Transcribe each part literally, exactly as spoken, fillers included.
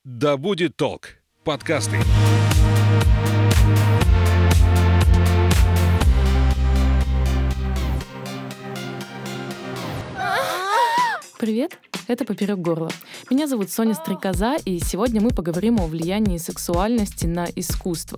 Да будет толк. Подкасты. Привет, это «Поперек горла». Меня зовут Соня Стрекоза, и сегодня мы поговорим о влиянии сексуальности на искусство.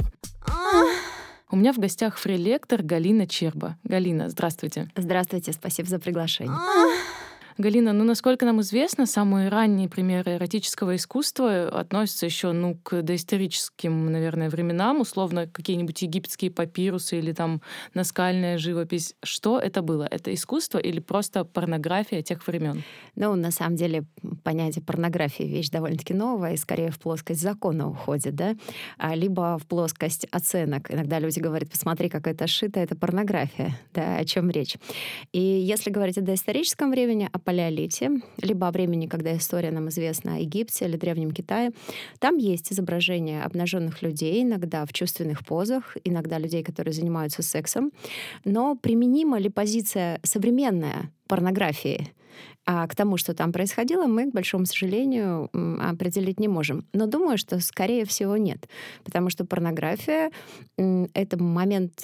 У меня в гостях фрилектор Галина Черба. Галина, здравствуйте. Здравствуйте, спасибо за приглашение. Галина, ну, насколько нам известно, самые ранние примеры эротического искусства относятся еще, ну, к доисторическим, наверное, временам, условно, какие-нибудь египетские папирусы или там наскальная живопись. Что это было? Это искусство или просто порнография тех времен? Ну, на самом деле, понятие порнографии — вещь довольно-таки новая и скорее в плоскость закона уходит, да? А либо в плоскость оценок. Иногда люди говорят: посмотри, как это шито, это порнография. Да, о чем речь? И если говорить о доисторическом времени, о палеолите, либо о времени, когда история нам известна о Египте или Древнем Китае, там есть изображения обнаженных людей, иногда в чувственных позах, иногда людей, которые занимаются сексом. Но применима ли позиция современная порнографии а к тому, что там происходило, мы, к большому сожалению, определить не можем. Но думаю, что, скорее всего, нет. Потому что порнография — это момент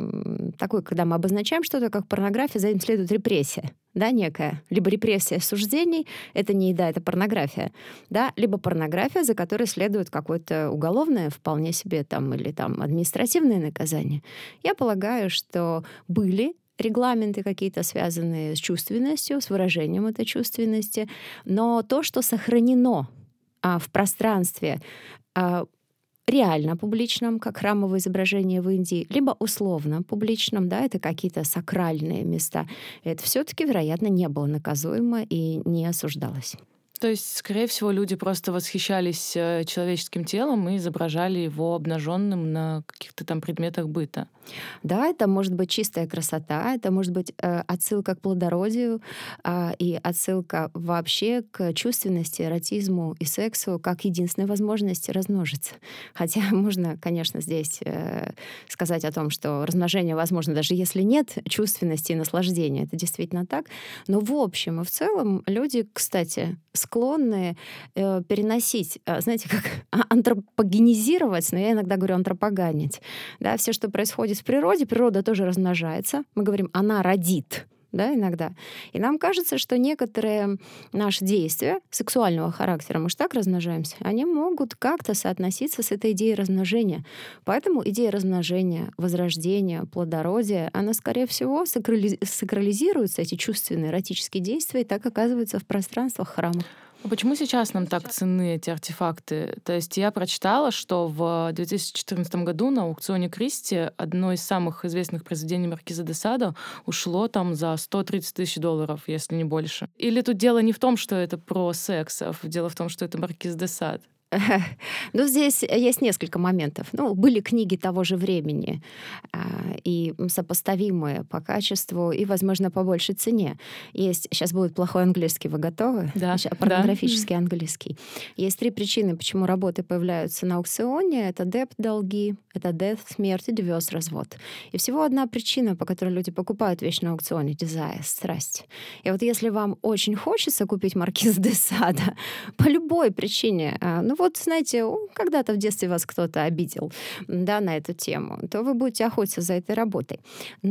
такой, когда мы обозначаем что-то как порнография, за этим следует репрессия, да, некая. Либо репрессия суждений — это не еда, это порнография, да, либо порнография, за которой следует какое-то уголовное, вполне себе, там, или там административное наказание. Я полагаю, что были регламенты какие-то, связанные с чувственностью, с выражением этой чувственности. Но то, что сохранено а, в пространстве а, реально публичном, как храмовое изображение в Индии, либо условно публичном, да, это какие-то сакральные места, это все-таки, вероятно, не было наказуемо и не осуждалось. То есть, скорее всего, люди просто восхищались человеческим телом и изображали его обнаженным на каких-то там предметах быта. Да, это может быть чистая красота, это может быть э, отсылка к плодородию э, и отсылка вообще к чувственности, эротизму и сексу как единственной возможности размножиться. Хотя можно, конечно, здесь э, сказать о том, что размножение возможно, даже если нет чувственности и наслаждения. Это действительно так. Но в общем и в целом люди, кстати, склонны э, переносить, э, знаете, как антропогенизировать, но я иногда говорю антропоганить. Да, все, что происходит в природе, природа тоже размножается. Мы говорим, она родит, да, иногда. И нам кажется, что некоторые наши действия сексуального характера, мы же так размножаемся, они могут как-то соотноситься с этой идеей размножения. Поэтому идея размножения, возрождения, плодородия, она, скорее всего, сакрали... сакрализируется, эти чувственные эротические действия, и так оказываются в пространствах храмов. А почему сейчас нам так ценны эти артефакты? То есть я прочитала, что в две тысячи четырнадцатом году на аукционе Кристи одно из самых известных произведений Маркиза де Сада ушло там за сто тридцать тысяч долларов, если не больше. Или тут дело не в том, что это про секс, а дело в том, что это Маркиз де Сад? Ну, здесь есть несколько моментов. Ну, были книги того же времени а, и сопоставимые по качеству и, возможно, по большей цене. Есть, сейчас будет плохой английский, вы готовы? Да. Порнографический да. английский. Есть три причины, почему работы появляются на аукционе. Это депт, долги, это death, смерть и divorce, развод. И всего одна причина, по которой люди покупают вещь на аукционе — desire, страсть. И вот если вам очень хочется купить Маркиз де Сада по любой причине, ну, вот, знаете, когда-то в детстве вас кто-то обидел, да, на эту тему, то вы будете охотиться за этой работой.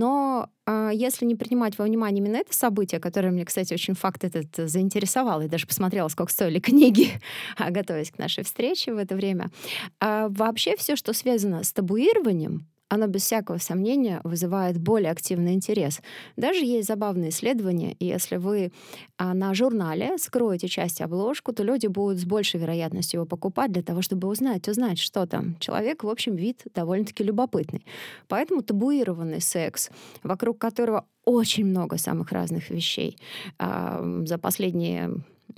Но э, если не принимать во внимание именно это событие, которое мне, кстати, очень факт этот заинтересовал, и даже посмотрела, сколько стоили книги, готовясь к нашей встрече в это время, а вообще все, что связано с табуированием, оно без всякого сомнения вызывает более активный интерес. Даже есть забавные исследования, и если вы а, на журнале скроете часть обложку, то люди будут с большей вероятностью его покупать для того, чтобы узнать, узнать, что там. Человек, в общем, вид довольно-таки любопытный. Поэтому табуированный секс, вокруг которого очень много самых разных вещей, а, за последние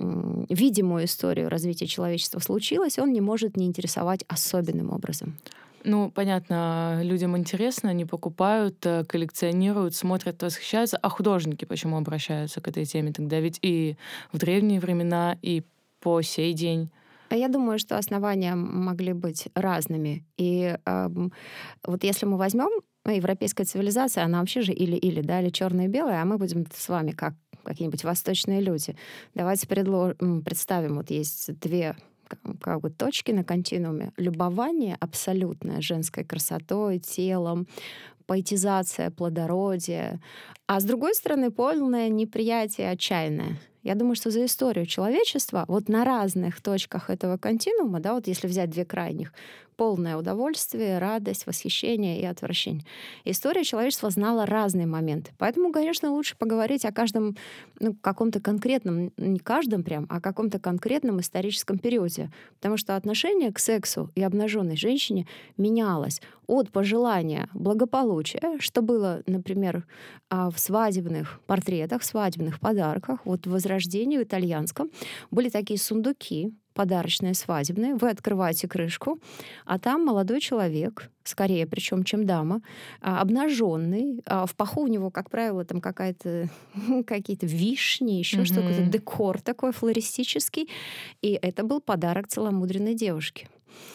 видимую историю развития человечества случилось, он не может не интересовать особенным образом. Ну, понятно, людям интересно, они покупают, коллекционируют, смотрят, восхищаются. А художники почему обращаются к этой теме тогда? Ведь и в древние времена, и по сей день. Я думаю, что основания могли быть разными. И э, вот если мы возьмем европейская цивилизация, она вообще же или-или, да, или черное и белое, а мы будем с вами как какие-нибудь восточные люди. Давайте предло... представим, вот есть две как бы точки на континууме. Любование абсолютное женской красотой, телом, поэтизация плодородия. А с другой стороны, полное неприятие отчаянное. Я думаю, что за историю человечества вот на разных точках этого континуума, да, вот если взять две крайних, полное удовольствие, радость, восхищение и отвращение. История человечества знала разные моменты. Поэтому, конечно, лучше поговорить о каждом, ну, каком-то конкретном, не каждом прям, а каком-то конкретном историческом периоде. Потому что отношение к сексу и обнаженной женщине менялось от пожелания благополучия, что было, например, в свадебных портретах, в свадебных подарках. Вот в Возрождении в итальянском были такие сундуки, подарочные, свадебные. Вы открываете крышку, а там молодой человек, скорее причем, чем дама, обнаженный. В паху у него, как правило, там какая-то, какие-то вишни, еще mm-hmm. что-то, какой-то декор такой флористический. И это был подарок целомудренной девушке.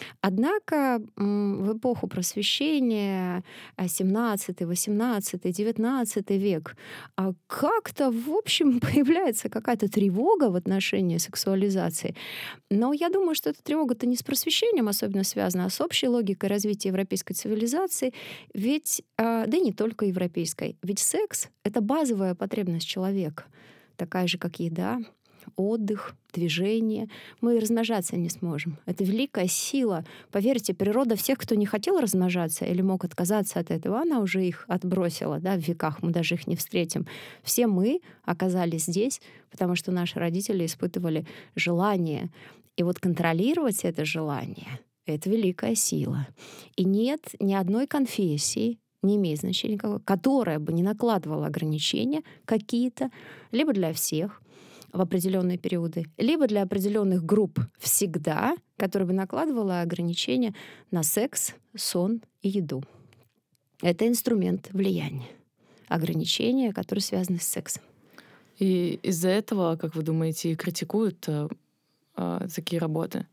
Однако в эпоху Просвещения, семнадцатый, восемнадцатый, девятнадцатый век, как-то, в общем, появляется какая-то тревога в отношении сексуализации. Но я думаю, что эта тревога-то не с Просвещением особенно связана, а с общей логикой развития европейской цивилизации. Ведь, да и не только европейской, ведь секс — это базовая потребность человека, такая же, как еда, отдых, движение. Мы размножаться не сможем. Это великая сила. Поверьте, природа всех, кто не хотел размножаться или мог отказаться от этого, она уже их отбросила, да, в веках. Мы даже их не встретим. Все мы оказались здесь, потому что наши родители испытывали желание. И вот контролировать это желание — это великая сила. И нет ни одной конфессии, не имеет значения никакого, которая бы не накладывала ограничения какие-то, либо для всех, в определенные периоды, либо для определенных групп всегда, которая бы накладывала ограничения на секс, сон и еду. Это инструмент влияния. Ограничения, которые связаны с сексом. И из-за этого, как вы думаете, критикуют э, э, такие работы?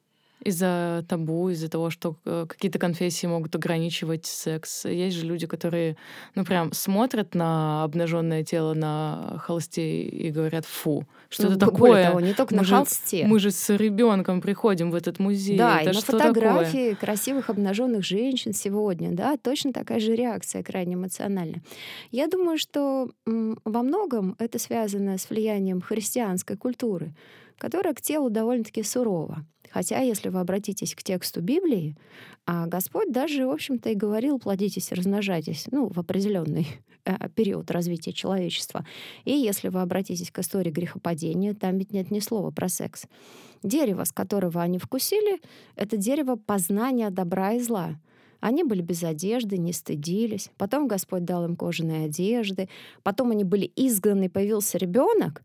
Из-за табу, из-за того, что какие-то конфессии могут ограничивать секс. Есть же люди, которые, ну, прям смотрят на обнаженное тело на холсте и говорят: фу, что ну, это такое? Более того, не только мы на же, холсте. Мы же с ребенком приходим в этот музей. Да, это и на что фотографии такое? красивых обнаженных женщин сегодня, да, точно такая же реакция, крайне эмоциональная. Я думаю, что м, во многом это связано с влиянием христианской культуры, которая к телу довольно-таки сурова. Хотя, если вы обратитесь к тексту Библии, Господь даже, в общем-то, и говорил: плодитесь и размножайтесь, ну, в определенный э, период развития человечества. И если вы обратитесь к истории грехопадения, там ведь нет ни слова про секс. Дерево, с которого они вкусили, это дерево познания добра и зла. Они были без одежды, не стыдились. Потом Господь дал им кожаные одежды. Потом они были изгнаны, появился ребенок,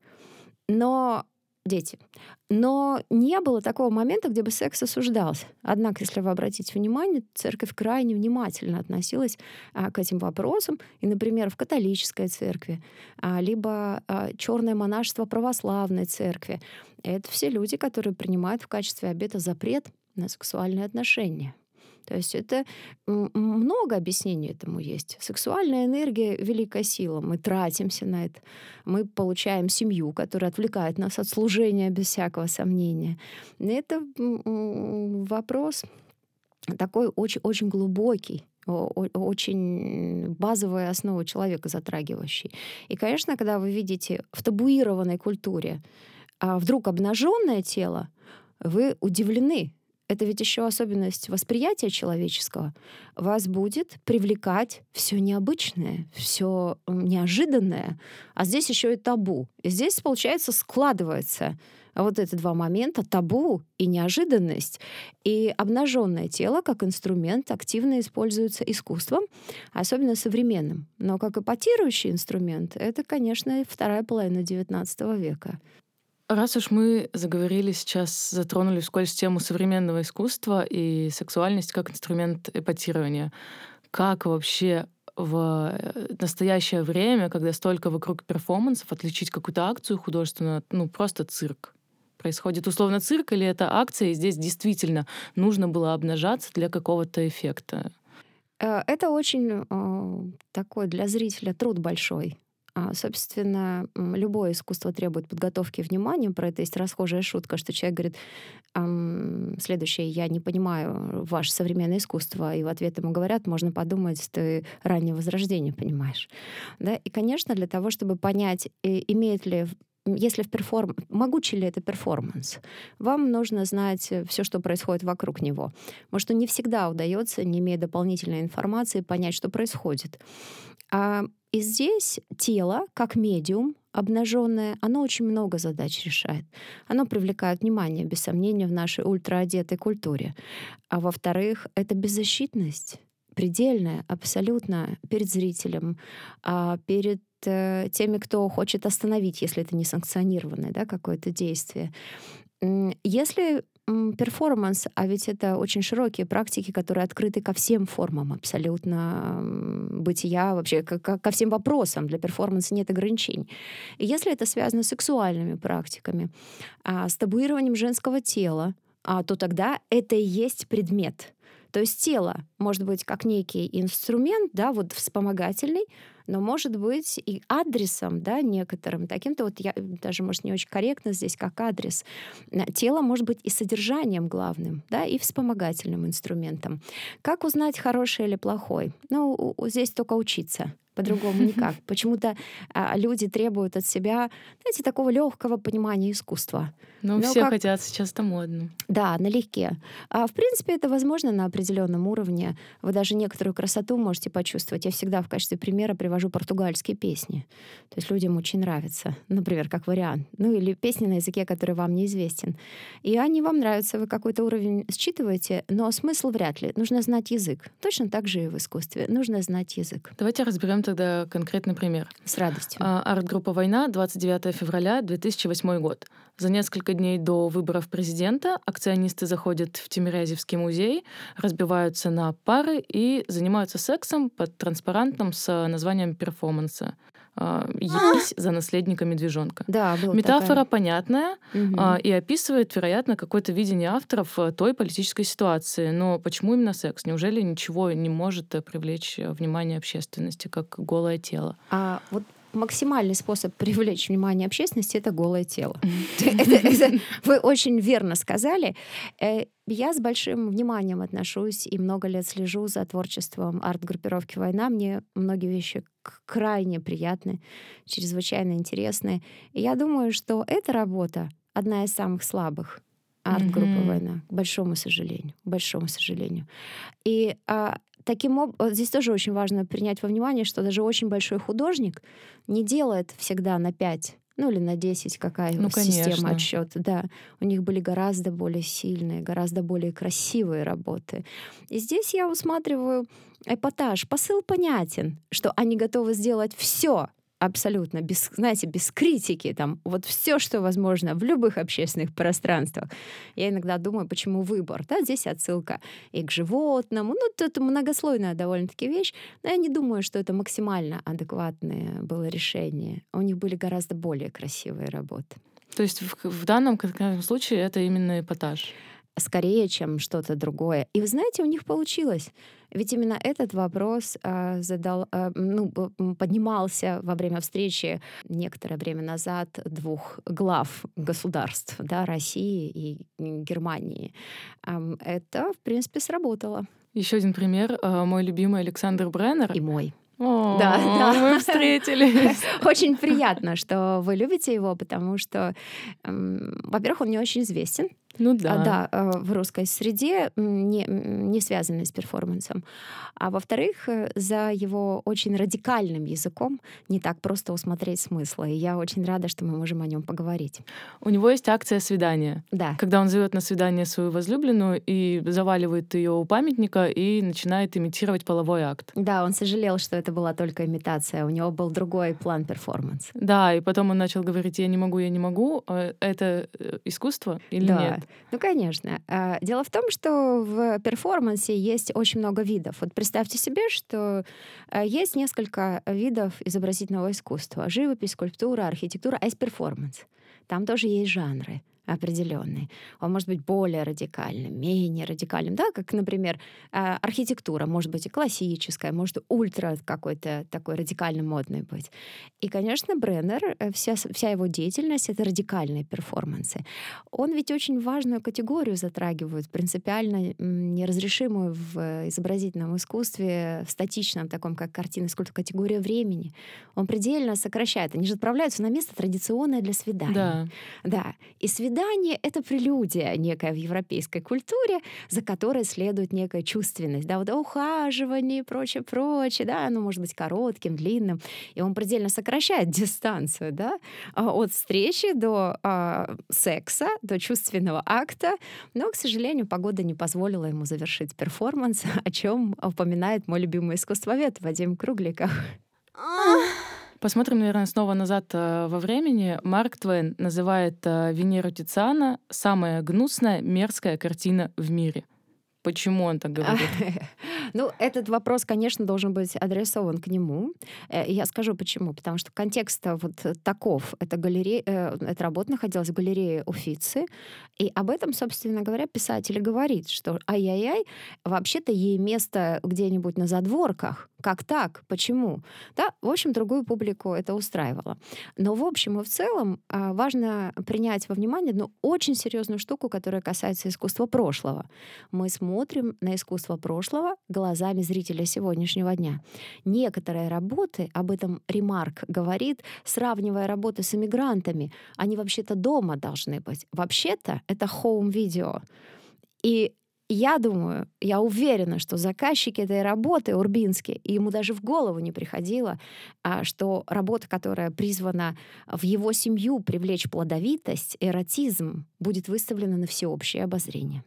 но дети. Но не было такого момента, где бы секс осуждался. Однако, если вы обратите внимание, церковь крайне внимательно относилась а, к этим вопросам. И, например, в католической церкви, а, либо а, черное монашество православной церкви. Это все люди, которые принимают в качестве обета запрет на сексуальные отношения. То есть это много объяснений этому есть. Сексуальная энергия — великая сила. Мы тратимся на это. Мы получаем семью, которая отвлекает нас от служения без всякого сомнения. И это вопрос такой очень, очень глубокий, очень базовая основа человека затрагивающий. И, конечно, когда вы видите в табуированной культуре вдруг обнаженное тело, вы удивлены. Это ведь еще особенность восприятия человеческого. Вас будет привлекать все необычное, все неожиданное, а здесь еще и табу. И здесь, получается, складывается вот эти два момента: табу и неожиданность. И обнаженное тело как инструмент активно используется искусством, особенно современным. Но как эпатирующий инструмент — это, конечно, вторая половина девятнадцатого века. Раз уж мы заговорили сейчас, затронули вскользь тему современного искусства и сексуальность как инструмент эпатирования, как вообще в настоящее время, когда столько вокруг перформансов, отличить какую-то акцию художественную, ну, просто цирк? Происходит условно цирк, или это акция, и здесь действительно нужно было обнажаться для какого-то эффекта? Это очень э, такой для зрителя труд большой. Собственно, любое искусство требует подготовки и внимания. Про это есть расхожая шутка, что человек говорит, эм, следующее, я не понимаю ваше современное искусство, и в ответ ему говорят, можно подумать, ты раннее Возрождение понимаешь. Да? И, конечно, для того, чтобы понять, имеет ли если в перформ... могучий ли это перформанс, вам нужно знать все, что происходит вокруг него. Может, не всегда удается, не имея дополнительной информации, понять, что происходит. А и здесь тело, как медиум, обнаженное, оно очень много задач решает. Оно привлекает внимание, без сомнения, в нашей ультраодетой культуре. А во-вторых, это беззащитность предельная, абсолютно перед зрителем, перед теми, кто хочет остановить, если это не санкционированное, да, какое-то действие. Если перформанс, а ведь это очень широкие практики, которые открыты ко всем формам абсолютно бытия, вообще ко, ко всем вопросам. Для перформанса нет ограничений. И если это связано с сексуальными практиками, с табуированием женского тела, то тогда это и есть предмет. То есть тело может быть как некий инструмент, да, вот вспомогательный, но может быть и адресом, да, некоторым, таким-то вот, я, даже, может, не очень корректно здесь, как адрес. Тело может быть и содержанием главным, да, и вспомогательным инструментом. Как узнать, хороший или плохой? Ну, здесь только учиться. По-другому никак. Почему-то а, люди требуют от себя, знаете, такого легкого понимания искусства. Ну, все как... хотят, сейчас это модно. Да, налегке. А в принципе это возможно на определенном уровне. Вы даже некоторую красоту можете почувствовать. Я всегда в качестве примера привожу португальские песни. То есть людям очень нравятся. Например, как вариант. Ну или песни на языке, который вам неизвестен. И они вам нравятся, вы какой-то уровень считываете, но смысл вряд ли. Нужно знать язык. Точно так же и в искусстве. Нужно знать язык. Давайте разберем тогда конкретный пример. С радостью. Арт-группа «Война», двадцать девятого февраля две тысячи восьмой год. За несколько дней до выборов президента акционисты заходят в Тимирязевский музей, разбиваются на пары и занимаются сексом под транспарантом с названием перформанса. «Явись за наследника медвежонка». Да, метафора такая. понятная, угу. и описывает, вероятно, какое-то видение авторов той политической ситуации. Но почему именно секс? Неужели ничего не может привлечь внимание общественности, как голое тело? А вот максимальный способ привлечь внимание общественности — это голое тело. Вы очень верно сказали. Я с большим вниманием отношусь и много лет слежу за творчеством арт-группировки «Война». Мне многие вещи крайне приятны, чрезвычайно интересны. И я думаю, что эта работа одна из самых слабых арт-группы «Война», к большому сожалению, к большому сожалению. И а, таким образом, здесь тоже очень важно принять во внимание, что даже очень большой художник не делает всегда на пять, ну или на десять, какая ну, система отсчета. Да, у них были гораздо более сильные, гораздо более красивые работы. И здесь я усматриваю эпатаж. Посыл понятен, что они готовы сделать все абсолютно, без, знаете, без критики, там, вот все, что возможно в любых общественных пространствах. Я иногда думаю, почему выбор, да, здесь отсылка и к животному, ну, это многослойная довольно-таки вещь, но я не думаю, что это максимально адекватное было решение. У них были гораздо более красивые работы. То есть в, в данном конкретном случае это именно эпатаж? Скорее, чем что-то другое. И вы знаете, у них получилось. Ведь именно этот вопрос э, задал, э, ну, поднимался во время встречи некоторое время назад двух глав государств, да, России и Германии. Э, это, в принципе, сработало. Еще один пример. Мой любимый Александр Бреннер. И мой. О, да, да. Мы встретились. Очень приятно, что вы любите его, потому что, во-первых, он не очень известен. Ну да. Да, в русской среде, не, не связанной с перформансом. А во-вторых, за его очень радикальным языком не так просто усмотреть смысла. И я очень рада, что мы можем о нем поговорить. У него есть акция свидания. Да. Когда он зовет на свидание свою возлюбленную и заваливает ее у памятника и начинает имитировать половой акт. Да, он сожалел, что это была только имитация. У него был другой план перформанс. Да, и потом он начал говорить: я не могу, я не могу. Это искусство или да. нет? Ну, конечно. Дело в том, что в перформансе есть очень много видов. Вот представьте себе, что есть несколько видов изобразительного искусства. Живопись, скульптура, архитектура, а есть перформанс. Там тоже есть жанры. определенный. Он может быть более радикальным, менее радикальным, да, как, например, архитектура может быть и классическая, может ультра какой-то такой радикально модный быть. И, конечно, Бреннер, вся, вся его деятельность — это радикальные перформансы. Он ведь очень важную категорию затрагивает, принципиально неразрешимую в изобразительном искусстве, в статичном, таком как картина, скульптура, категория времени. Он предельно сокращает. Они же отправляются на место традиционное для свидания. Да. Да. И свидание — это прелюдия некая в европейской культуре, за которой следует некая чувственность, да, вот ухаживание и прочее, прочее, да, оно может быть коротким, длинным, и он предельно сокращает дистанцию, да, от встречи до а, секса, до чувственного акта, но, к сожалению, погода не позволила ему завершить перформанс, о чем упоминает мой любимый искусствовед Вадим Кругликов. Посмотрим, наверное, снова назад э, во времени. Марк Твен называет э, Венеру Тициана самая гнусная, мерзкая картина в мире. Почему он так говорит? Ну, этот вопрос, конечно, должен быть адресован к нему. Я скажу почему. Потому что контекст вот таков. Это галерея, эта работа находилась в галерее Уффици. И об этом, собственно говоря, писатель говорит, что ай-яй-яй, вообще-то ей место где-нибудь на задворках. Как так? Почему? Да, в общем, другую публику это устраивало. Но в общем и в целом важно принять во внимание одну очень серьезную штуку, которая касается искусства прошлого. Мы смотрим на искусство прошлого глазами зрителя сегодняшнего дня. Некоторые работы, об этом Ремарк говорит, сравнивая работы с эмигрантами, они вообще-то дома должны быть. Вообще-то это хоум-видео. И я думаю, я уверена, что заказчики этой работы, Урбинский, и ему даже в голову не приходило, что работа, которая призвана в его семью привлечь плодовитость, эротизм, будет выставлена на всеобщее обозрение.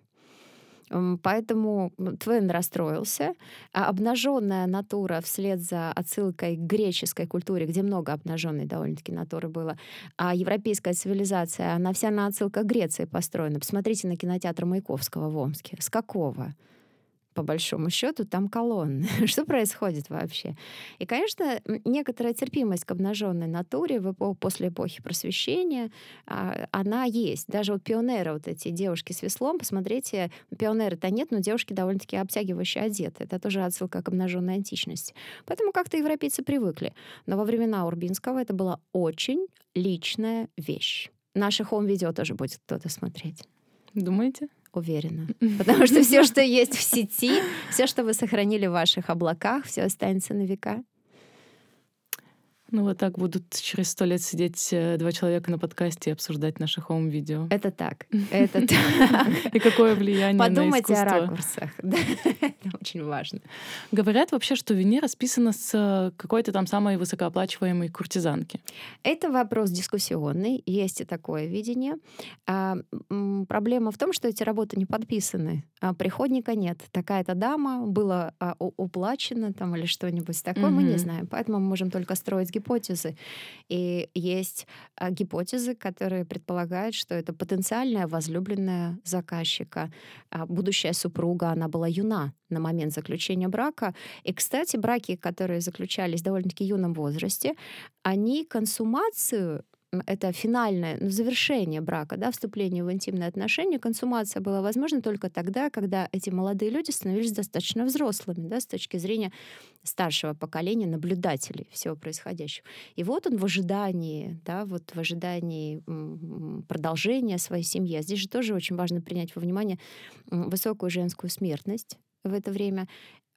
Поэтому Твен расстроился. А обнаженная натура вслед за отсылкой к греческой культуре, где много обнаженной довольно-таки натуры было, а европейская цивилизация, она вся на отсылках к Греции построена. Посмотрите на кинотеатр Маяковского в Омске. С какого? По большому счету, там колонны. Что происходит вообще? И, конечно, некоторая терпимость к обнаженной натуре в эпоху, после эпохи Просвещения, она есть. Даже вот пионеры, вот эти девушки с веслом, посмотрите, пионеры-то нет, но девушки довольно-таки обтягивающе одеты. Это тоже отсылка к обнаженной античности. Поэтому как-то европейцы привыкли. Но во времена Урбинского это была очень личная вещь. Наше хоум-видео тоже будет кто-то смотреть. Думаете? Уверена. Потому что все, что есть в сети, все, что вы сохранили в ваших облаках, все останется на века. Ну вот так будут через сто лет сидеть два человека на подкасте и обсуждать наши хоум-видео. Это так. Это так. И какое влияние на искусство. Подумайте о ракурсах. Это очень важно. Говорят вообще, что Венера списана с какой-то там самой высокооплачиваемой куртизанки. Это вопрос дискуссионный. Есть и такое видение. А, м, проблема в том, что эти работы не подписаны. А приходника нет. Такая-то дама была а, уплачена там, или что-нибудь такое. Mm-hmm. Мы не знаем. Поэтому мы можем только строить гипотезы. И есть а, гипотезы, которые предполагают, что это потенциальная возлюбленная заказчика, а, будущая супруга. Она была юна на момент заключения брака. И, кстати, браки, которые заключались в довольно-таки юном возрасте, они консумацию, это финальное ну, завершение брака, да, вступление в интимные отношения, консумация была возможна только тогда, когда эти молодые люди становились достаточно взрослыми, да, с точки зрения старшего поколения наблюдателей всего происходящего. И вот он в ожидании, да, вот в ожидании продолжения своей семьи. Здесь же тоже очень важно принять во внимание высокую женскую смертность в это время,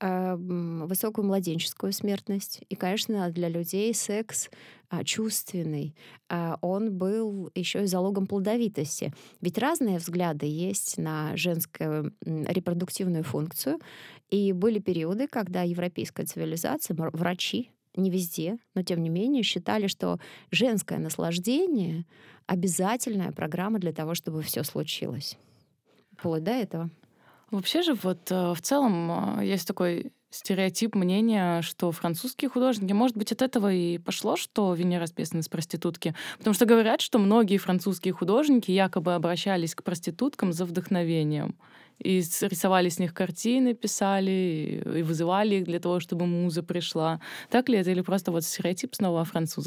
высокую младенческую смертность. И, конечно, для людей секс чувственный, он был еще и залогом плодовитости. Ведь разные взгляды есть на женскую репродуктивную функцию. И были периоды, когда европейская цивилизация, врачи, не везде, но тем не менее, считали, что женское наслаждение — обязательная программа для того, чтобы все случилось. Вплоть до этого. Вообще же вот в целом есть такой стереотип мнения, что французские художники, может быть, от этого и пошло, что Венера списана с проститутки. Потому что говорят, что многие французские художники якобы обращались к проституткам за вдохновением. И рисовали с них картины, писали, и вызывали их для того, чтобы муза пришла. Так ли это или просто вот стереотип снова о французах?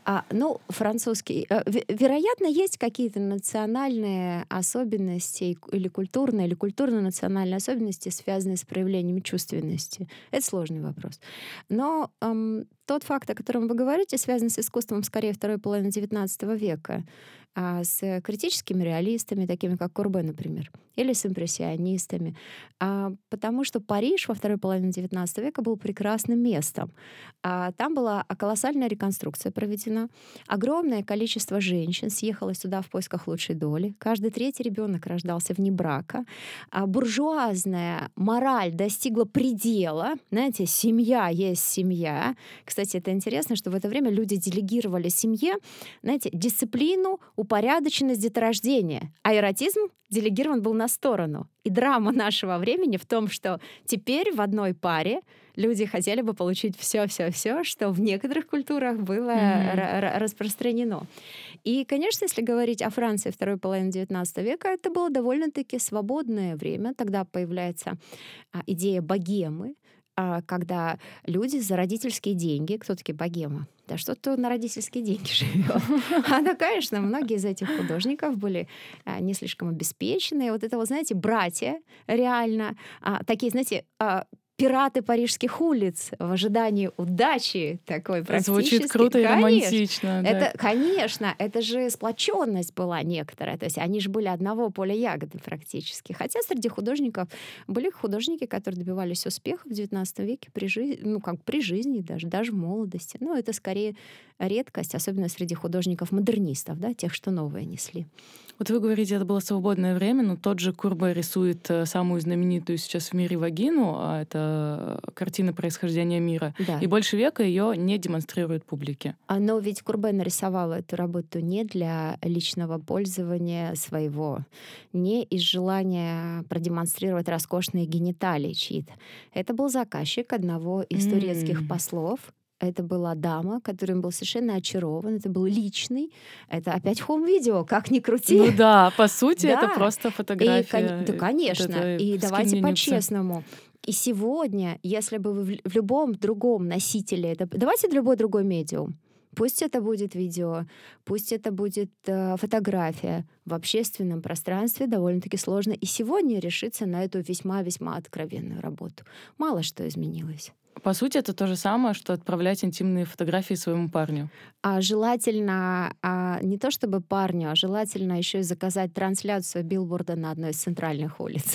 А, ну, французский. Э, ве- Вероятно, есть какие-то национальные особенности и- или культурные, или культурно-национальные особенности, связанные с проявлением чувственности. Это сложный вопрос. Но ам, тот факт, о котором вы говорите, связан с искусством скорее второй половины девятнадцатого века, а, с критическими реалистами, такими как Курбе, например, или с импрессионистами. А, потому что Париж во второй половине девятнадцатого века был прекрасным местом. А, там была колоссальная реконструкция проведена. Огромное количество женщин съехало сюда в поисках лучшей доли. Каждый третий ребенок рождался вне брака. А буржуазная мораль достигла предела. Знаете, семья есть семья. Кстати, это интересно, что в это время люди делегировали семье, знаете, дисциплину, упорядоченность деторождения. А эротизм делегирован был на сторону. И драма нашего времени в том, что теперь в одной паре люди хотели бы получить все-все-все, что в некоторых культурах было Мгм. ра- ра- распространено. И, конечно, если говорить о Франции второй половины девятнадцатого века, это было довольно-таки свободное время. Тогда появляется а, идея богемы, а, когда люди за родительские деньги, кто такие богема? Да что-то на родительские деньги живет. А, да, конечно, многие из этих художников были а, не слишком обеспеченные. Вот это вот, знаете, братья реально, а, такие, знаете, а, пираты парижских улиц в ожидании удачи такой практически. Звучит круто и Конечно. романтично. Да. Это, конечно, это же сплоченность была некоторая. То есть они же были одного поля ягоды практически. Хотя среди художников были художники, которые добивались успеха в девятнадцатом веке при жизни, ну как при жизни даже, даже в молодости. Но это скорее редкость, особенно среди художников-модернистов, да, тех, что новое несли. Вот вы говорите, это было свободное время, но тот же Курбе рисует э, самую знаменитую сейчас в мире вагину, а это э, картина происхождения мира, Да. и больше века ее не демонстрирует публике. А, Но ведь Курбе нарисовал эту работу не для личного пользования своего, не из желания продемонстрировать роскошные гениталии чьи-то. Это был заказчик одного из турецких М. послов. Это была дама, которым был совершенно очарован. Это был личный. Это опять хоум-видео, как ни крути. Ну да, по сути, это Да. просто И, фотография. кон- да, э, конечно. вот этой И давайте скиньменницы. по-честному. И сегодня, если бы вы в в любом другом носителе, это, давайте любой другой медиум. Пусть это будет видео, пусть это будет э, фотография. В общественном пространстве довольно-таки сложно и сегодня решиться на эту весьма-весьма откровенную работу. Мало что изменилось. По сути, это то же самое, что отправлять интимные фотографии своему парню. А желательно а, не то чтобы парню, а желательно еще и заказать трансляцию билборда на одной из центральных улиц.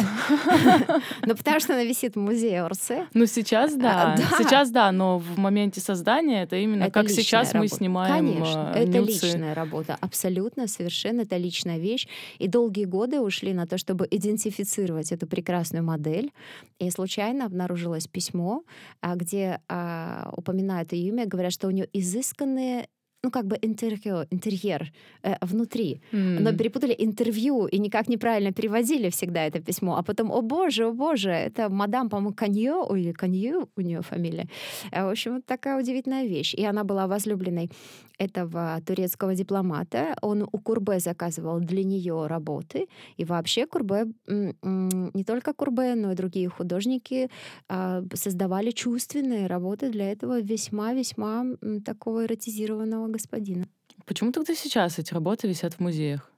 Ну, потому что она висит в музее Орсе. Ну, сейчас да. А, да. Сейчас да, но в моменте создания это именно Это как личная сейчас мы работа. снимаем Конечно, э, это нюцы. личная работа. Абсолютно, совершенно, это личная вещь. И долгие годы ушли на то, чтобы идентифицировать эту прекрасную модель. И случайно обнаружилось письмо, а, где а, упоминают ее имя, говорят, что у нее изысканные, ну, как бы интерьер, интерьер э, внутри. М. Но перепутали интервью и никак неправильно переводили всегда это письмо. А потом, о боже, о боже, это мадам, по-моему, Канье, или Канье у нее фамилия. Э, В общем, вот такая удивительная вещь. И она была возлюбленной этого турецкого дипломата. Он у Курбе заказывал для нее работы. И вообще Курбе, м, м, не только Курбе, но и другие художники а, создавали чувственные работы для этого весьма-весьма м, такого эротизированного господина. Почему тогда сейчас эти работы висят в музеях?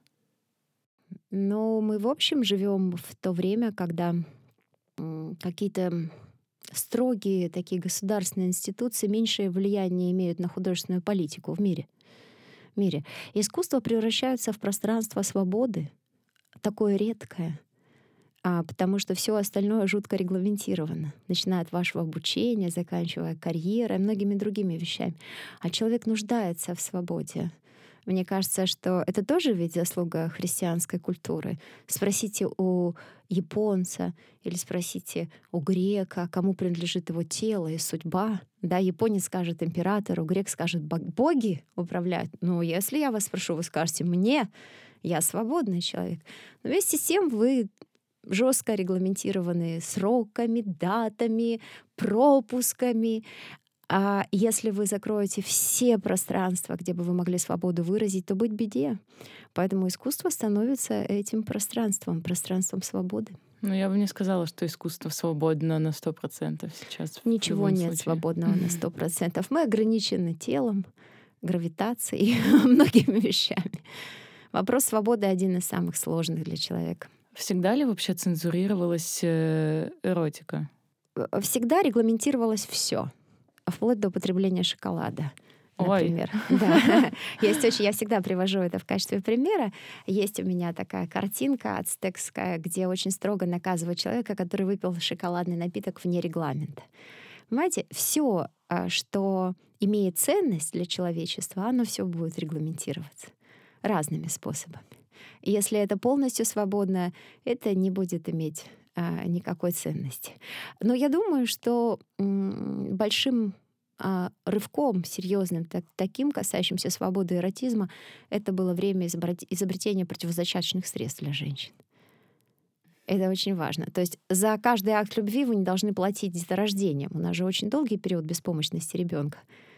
Но мы, в общем, живем в то время, когда м, какие-то строгие такие государственные институции меньшее влияние имеют на художественную политику в мире. В мире. Искусство превращается в пространство свободы, такое редкое, а, потому что все остальное жутко регламентировано, начиная от вашего обучения, заканчивая карьерой, многими другими вещами. А человек нуждается в свободе. Мне кажется, что это тоже ведь заслуга христианской культуры. Спросите у японца или спросите у грека, кому принадлежит его тело и судьба. Да, японец скажет императору, грек скажет боги управляют. Но если я вас спрошу, вы скажете мне, я свободный человек. Но вместе с тем вы жестко регламентированы сроками, датами, пропусками. А если вы закроете все пространства, где бы вы могли свободу выразить, то быть беде. Поэтому искусство становится этим пространством, пространством свободы. Ну, я бы не сказала, что искусство свободно на сто процентов сейчас. в Ничего любом нет случае. свободного на сто процентов. Мы ограничены телом, гравитацией, многими вещами. Вопрос свободы один из самых сложных для человека. Всегда ли вообще цензурировалась э, эротика? Всегда регламентировалось все, вплоть до употребления шоколада. Например. Ой. Да. Есть очень, я всегда привожу это в качестве примера. Есть у меня такая картинка ацтекская, где очень строго наказывают человека, который выпил шоколадный напиток вне регламента. Понимаете, все, что имеет ценность для человечества, оно все будет регламентироваться разными способами. И если это полностью свободно, это не будет иметь а, никакой ценности. Но я думаю, что м, большим а, рывком серьезным, так, таким, касающимся свободы и эротизма, это было время изобрет- изобретения противозачаточных средств для женщин. Это очень важно. То есть за каждый акт любви вы не должны платить деторождением. У нас же очень долгий период беспомощности ребенка.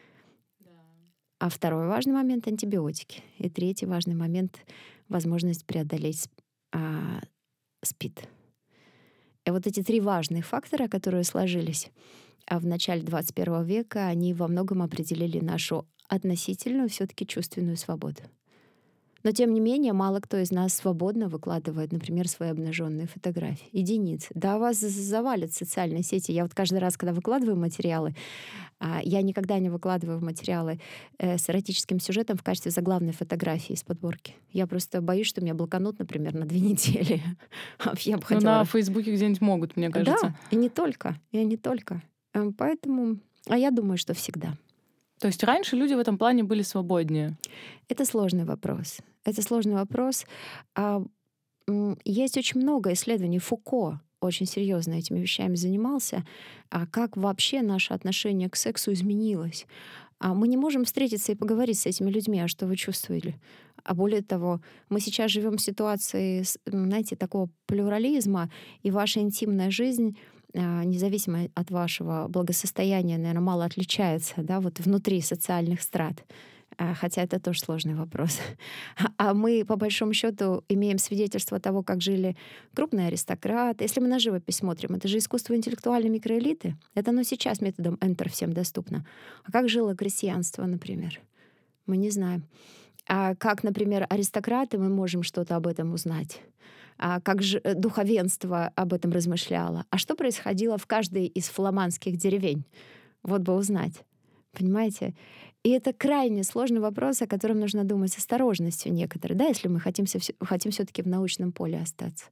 А второй важный момент — антибиотики. И третий важный момент — возможность преодолеть а, СПИД. И вот эти три важных фактора, которые сложились а в начале двадцать первого века, они во многом определили нашу относительную все-таки чувственную свободу. Но, тем не менее, мало кто из нас свободно выкладывает, например, свои обнаженные фотографии. Единицы. Да, вас завалят социальные сети. Я вот каждый раз, когда выкладываю материалы, я никогда не выкладываю материалы с эротическим сюжетом в качестве заглавной фотографии из подборки. Я просто боюсь, что меня блоканут, например, на две недели. Я бы Ну, хотела... на Фейсбуке где-нибудь могут, мне кажется. Да, и не только, и не только. Поэтому... А я думаю, что всегда. То есть раньше люди в этом плане были свободнее? Это сложный вопрос. Это сложный вопрос. Есть очень много исследований. Фуко очень серьезно этими вещами занимался. А как вообще наше отношение к сексу изменилось? А мы не можем встретиться и поговорить с этими людьми, а что вы чувствовали? А более того, мы сейчас живем в ситуации, знаете, такого плюрализма, и ваша интимная жизнь, независимо от вашего благосостояния, наверное, мало отличается, да, вот внутри социальных страт. Хотя это тоже сложный вопрос. А мы, по большому счету, имеем свидетельство того, как жили крупные аристократы. Если мы на живопись смотрим, это же искусство интеллектуальной микроэлиты. Это оно сейчас методом Enter всем доступно. А как жило крестьянство, например? Мы не знаем. А как, например, аристократы, мы можем что-то об этом узнать. А как же духовенство об этом размышляло. А что происходило в каждой из фламандских деревень? Вот бы узнать. Понимаете? И это крайне сложный вопрос, о котором нужно думать с осторожностью некоторые, да, если мы хотим, хотим все-таки в научном поле остаться.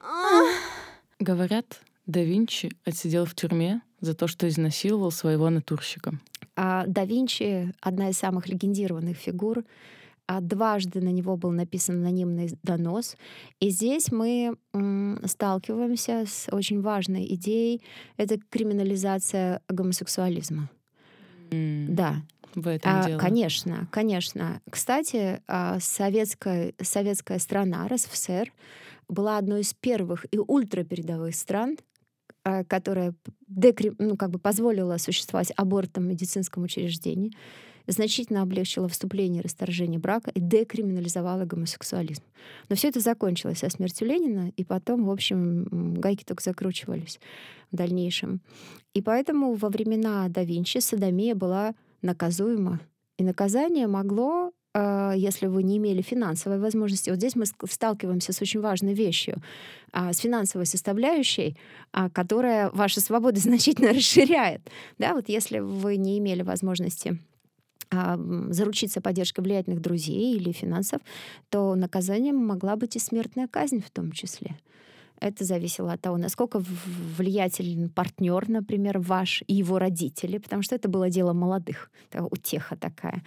Говорят, да Винчи отсидел в тюрьме за то, что изнасиловал своего натурщика. А да Винчи — одна из самых легендированных фигур. А дважды на него был написан анонимный донос. И здесь мы м, сталкиваемся с очень важной идеей — это криминализация гомосексуализма. Mm. Да. В этом а, дело. Конечно, конечно. Кстати, советская, советская страна, РСФСР, была одной из первых и ультрапередовых стран, которая декри... ну, как бы позволила существовать абортам в медицинском учреждении, значительно облегчила вступление и расторжение брака и декриминализовала гомосексуализм. Но все это закончилось со смертью Ленина, и потом, в общем, гайки только закручивались в дальнейшем. И поэтому во времена да Винчи содомия была наказуема. И наказание могло, если вы не имели финансовой возможности. Вот здесь мы сталкиваемся с очень важной вещью, с финансовой составляющей, которая ваши свободы значительно расширяет. Да, вот если вы не имели возможности заручиться поддержкой влиятельных друзей или финансов, то наказанием могла быть и смертная казнь в том числе. Это зависело от того, насколько влиятелен партнер, например, ваш и его родители, потому что это было дело молодых, утеха такая.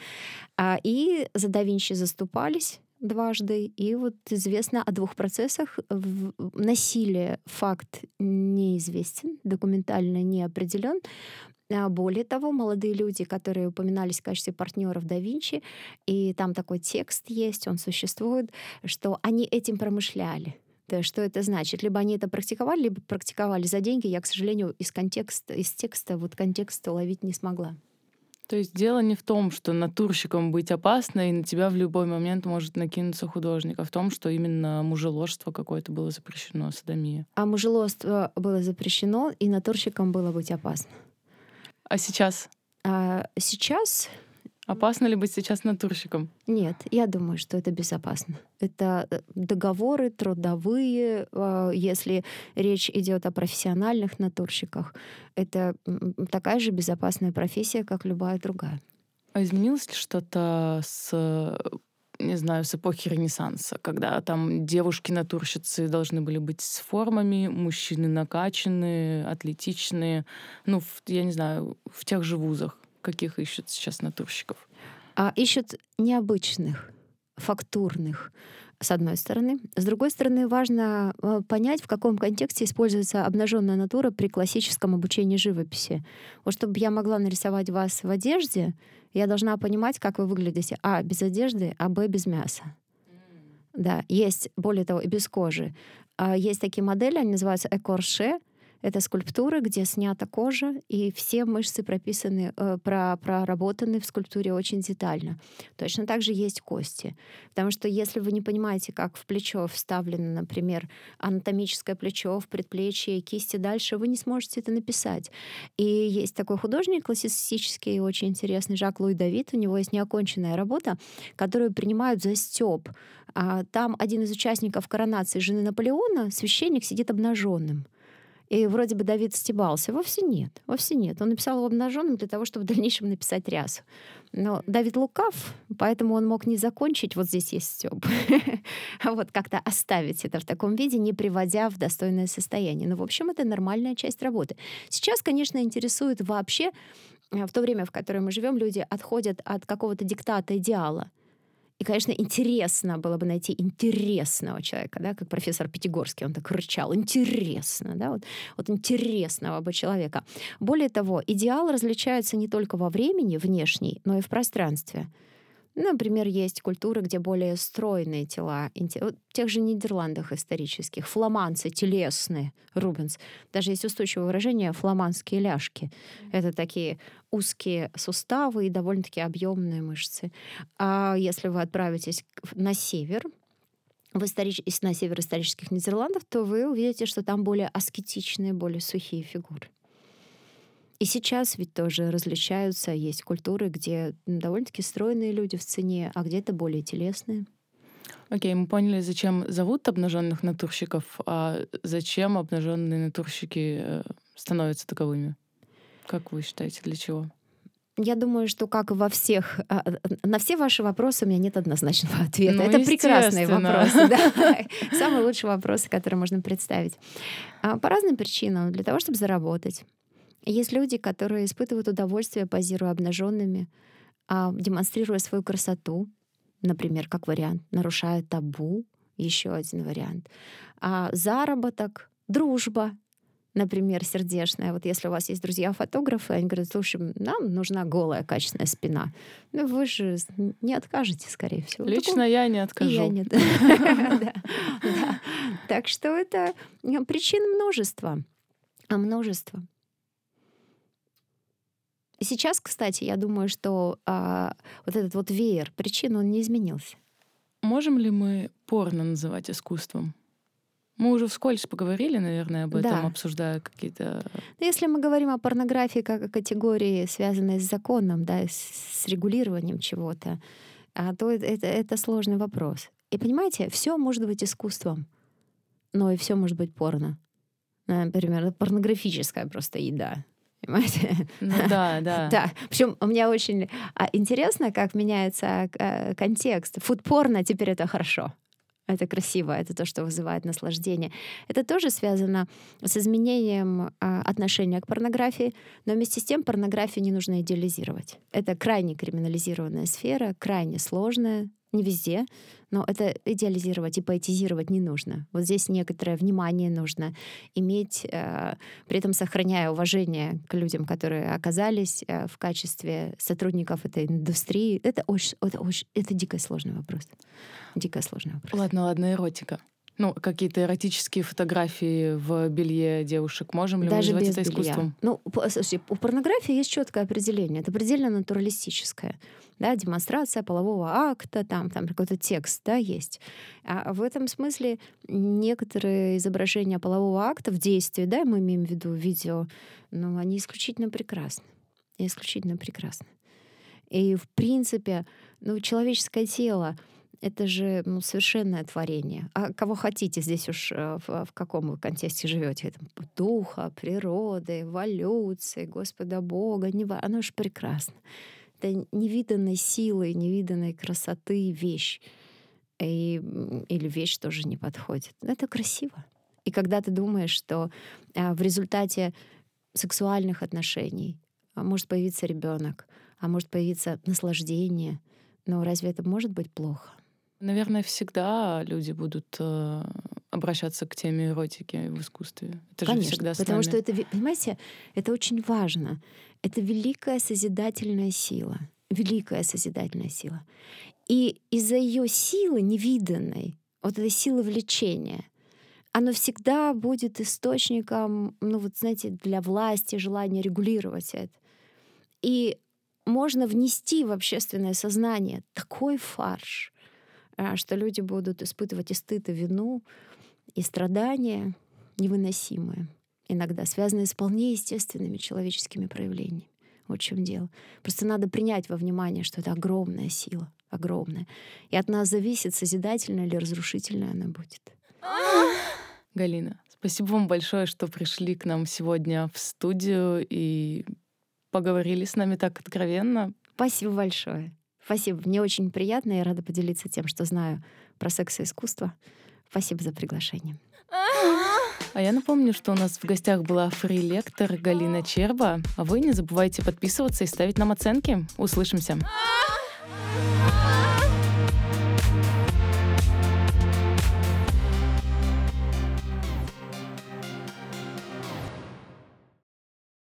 И за да Винчи заступались дважды, и вот известно о двух процессах. Насилие, факт неизвестен, документально не определен. Более того, молодые люди, которые упоминались в качестве партнеров да Винчи, и там такой текст есть, он существует, что они этим промышляли. Да, что это значит? Либо они это практиковали, либо практиковали за деньги. Я, к сожалению, из контекста, из текста вот контекст уловить не смогла. То есть дело не в том, что натурщиком быть опасно, и на тебя в любой момент может накинуться художник, а в том, что именно мужеложство какое-то было запрещено, содомия. А мужеложство было запрещено, и натурщиком было быть опасно. А сейчас? А сейчас... Опасно ли быть сейчас натурщиком? Нет, я думаю, что это безопасно. Это договоры трудовые, если речь идет о профессиональных натурщиках, это такая же безопасная профессия, как любая другая. А изменилось ли что-то с, не знаю, с эпохи Ренессанса, когда там девушки-натурщицы должны были быть с формами, мужчины накачанные, атлетичные, ну, в, я не знаю, в тех же вузах? Каких ищут сейчас натурщиков? А ищут необычных, фактурных, с одной стороны. С другой стороны, важно понять, в каком контексте используется обнаженная натура при классическом обучении живописи. Вот чтобы я могла нарисовать вас в одежде, я должна понимать, как вы выглядите. А, без одежды, а, б, без мяса. Mm. Да, есть, более того, и без кожи. Есть такие модели, они называются экорше. Это скульптуры, где снята кожа, и все мышцы прописаны, э, про, проработаны в скульптуре очень детально. Точно так же есть кости. Потому что если вы не понимаете, как в плечо вставлено, например, анатомическое плечо, в предплечье, кисти дальше, вы не сможете это написать. И есть такой художник классицистический, очень интересный, Жак-Луи Давид. У него есть неоконченная работа, которую принимают за стёб. А там один из участников коронации жены Наполеона, священник, сидит обнаженным. И вроде бы Давид стебался. Вовсе нет. Вовсе нет. Он написал его обнаженным для того, чтобы в дальнейшем написать рясу. Но Давид лукав, поэтому он мог не закончить, вот здесь есть стёб, а вот как-то оставить это в таком виде, не приводя в достойное состояние. Но, в общем, это нормальная часть работы. Сейчас, конечно, интересует вообще, в то время, в которое мы живем, люди отходят от какого-то диктата идеала. И, конечно, интересно было бы найти интересного человека, да, как профессор Пятигорский, он так рычал, интересно, да, вот, вот интересного бы человека. Более того, идеал различается не только во времени внешней, но и в пространстве. Например, есть культуры, где более стройные тела. В тех же Нидерландах исторических. Фламандцы телесные, Рубенс. Даже есть устойчивое выражение «фламандские ляжки». Это такие узкие суставы и довольно-таки объемные мышцы. А если вы отправитесь на север, в историч... на север исторических Нидерландов, то вы увидите, что там более аскетичные, более сухие фигуры. И сейчас ведь тоже различаются, есть культуры, где довольно-таки стройные люди в цене, а где-то более телесные. Окей, мы поняли, зачем зовут обнаженных натурщиков, а зачем обнаженные натурщики становятся таковыми? Как вы считаете, для чего? Я думаю, что как и во всех... На все ваши вопросы у меня нет однозначного ответа. Ну, это прекрасные вопросы. Да? Самые лучшие вопросы, которые можно представить. По разным причинам. Для того, чтобы заработать. Есть люди, которые испытывают удовольствие, позируя обнаженными, демонстрируя свою красоту, например, как вариант, нарушая табу, еще один вариант. А заработок, дружба, например, сердечная. Вот если у вас есть друзья-фотографы, они говорят, слушай, нам нужна голая, качественная спина. Ну, вы же не откажете, скорее всего. Лично я не откажу. Я нет. Так что это причин множество. Множество. Сейчас, кстати, я думаю, что а, вот этот вот веер причин, он не изменился. Можем ли мы порно называть искусством? Мы уже вскользь поговорили, наверное, об этом, да. обсуждая какие-то... Если мы говорим о порнографии как о категории, связанной с законом, да, с, с регулированием чего-то, а, то это, это сложный вопрос. И понимаете, все может быть искусством, но и все может быть порно. Например, порнографическая просто еда. Понимаете? Ну да, да. Да. Причем у меня очень интересно, как меняется контекст. Фуд-порно теперь это хорошо. Это красиво, это то, что вызывает наслаждение. Это тоже связано с изменением отношения к порнографии, но вместе с тем порнографию не нужно идеализировать. Это крайне криминализированная сфера, крайне сложная, не везде, но это идеализировать и поэтизировать не нужно. Вот здесь некоторое внимание нужно иметь, э, при этом сохраняя уважение к людям, которые оказались э, в качестве сотрудников этой индустрии. Это очень, это очень, это дико сложный вопрос. Дико сложный вопрос. Ладно, ладно, эротика. Ну, какие-то эротические фотографии в белье девушек. Можем ли Даже мы назвать без это белья. искусством? Ну, слушай, у порнографии есть четкое определение. Это предельно натуралистическое. Да, демонстрация полового акта, там, там какой-то текст, да, есть. А в этом смысле некоторые изображения полового акта в действии, да, мы имеем в виду видео, но они исключительно прекрасны. Исключительно прекрасны. И, в принципе, ну, человеческое тело — это же ну, совершенное творение. А кого хотите, здесь уж в, в каком вы контексте живете? Это духа, природы, эволюции, Господа Бога. Не, оно же прекрасно. Это невиданной силы, невиданной красоты вещь. И, или вещь тоже не подходит. Это красиво. И когда ты думаешь, что а, в результате сексуальных отношений а, может появиться ребенок, а может появиться наслаждение, но разве это может быть плохо? Наверное, всегда люди будут э, обращаться к теме эротики в искусстве. Это Конечно, же всегда с потому нами. что это, понимаете, это очень важно. Это великая созидательная сила. Великая созидательная сила. И из-за ее силы невиданной, вот этой силы влечения, оно всегда будет источником, ну вот знаете, для власти, желания регулировать это. И можно внести в общественное сознание такой фарш, что люди будут испытывать и стыд, и вину, и страдания невыносимые, иногда связанные с вполне естественными человеческими проявлениями. Вот в чем дело. Просто надо принять во внимание, что это огромная сила, огромная. И от нас зависит, созидательная или разрушительная она будет. Галина, спасибо вам большое, что пришли к нам сегодня в студию и поговорили с нами так откровенно. Спасибо большое. Спасибо. Мне очень приятно. Я рада поделиться тем, что знаю про секс и искусство. Спасибо за приглашение. А я напомню, что у нас в гостях была фри-лектор Галина Черба. А вы не забывайте подписываться и ставить нам оценки. Услышимся.